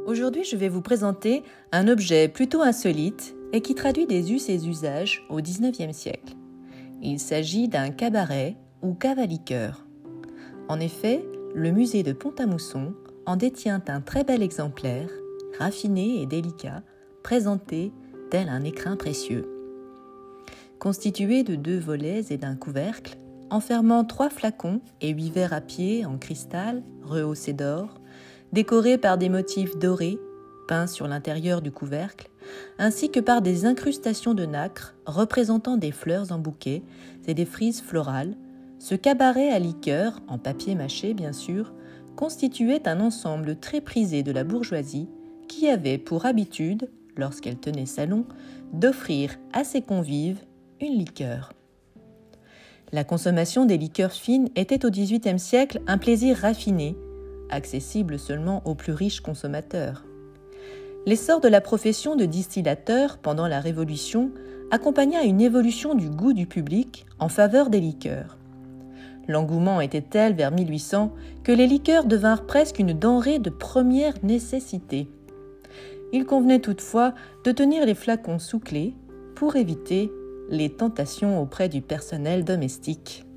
Aujourd'hui, je vais vous présenter un objet plutôt insolite et qui traduit des us et usages au XIXe siècle. Il s'agit d'un cabaret ou cave à liqueurs. En effet, le musée de Pont-à-Mousson en détient un très bel exemplaire, raffiné et délicat, présenté tel un écrin précieux. Constitué de 2 volets et d'un couvercle, enfermant 3 flacons et 8 verres à pied en cristal rehaussés d'or, décorés par des motifs dorés peints sur l'intérieur du couvercle, ainsi que par des incrustations de nacre représentant des fleurs en bouquet et des frises florales, ce cabaret à liqueurs, en papier mâché bien sûr, constituait un ensemble très prisé de la bourgeoisie qui avait pour habitude, lorsqu'elle tenait salon, d'offrir à ses convives une liqueur. La consommation des liqueurs fines était au XVIIIe siècle un plaisir raffiné, accessible seulement aux plus riches consommateurs. L'essor de la profession de distillateur pendant la Révolution accompagna une évolution du goût du public en faveur des liqueurs. L'engouement était tel vers 1800 que les liqueurs devinrent presque une denrée de première nécessité. Il convenait toutefois de tenir les flacons sous clé pour éviter les tentations auprès du personnel domestique.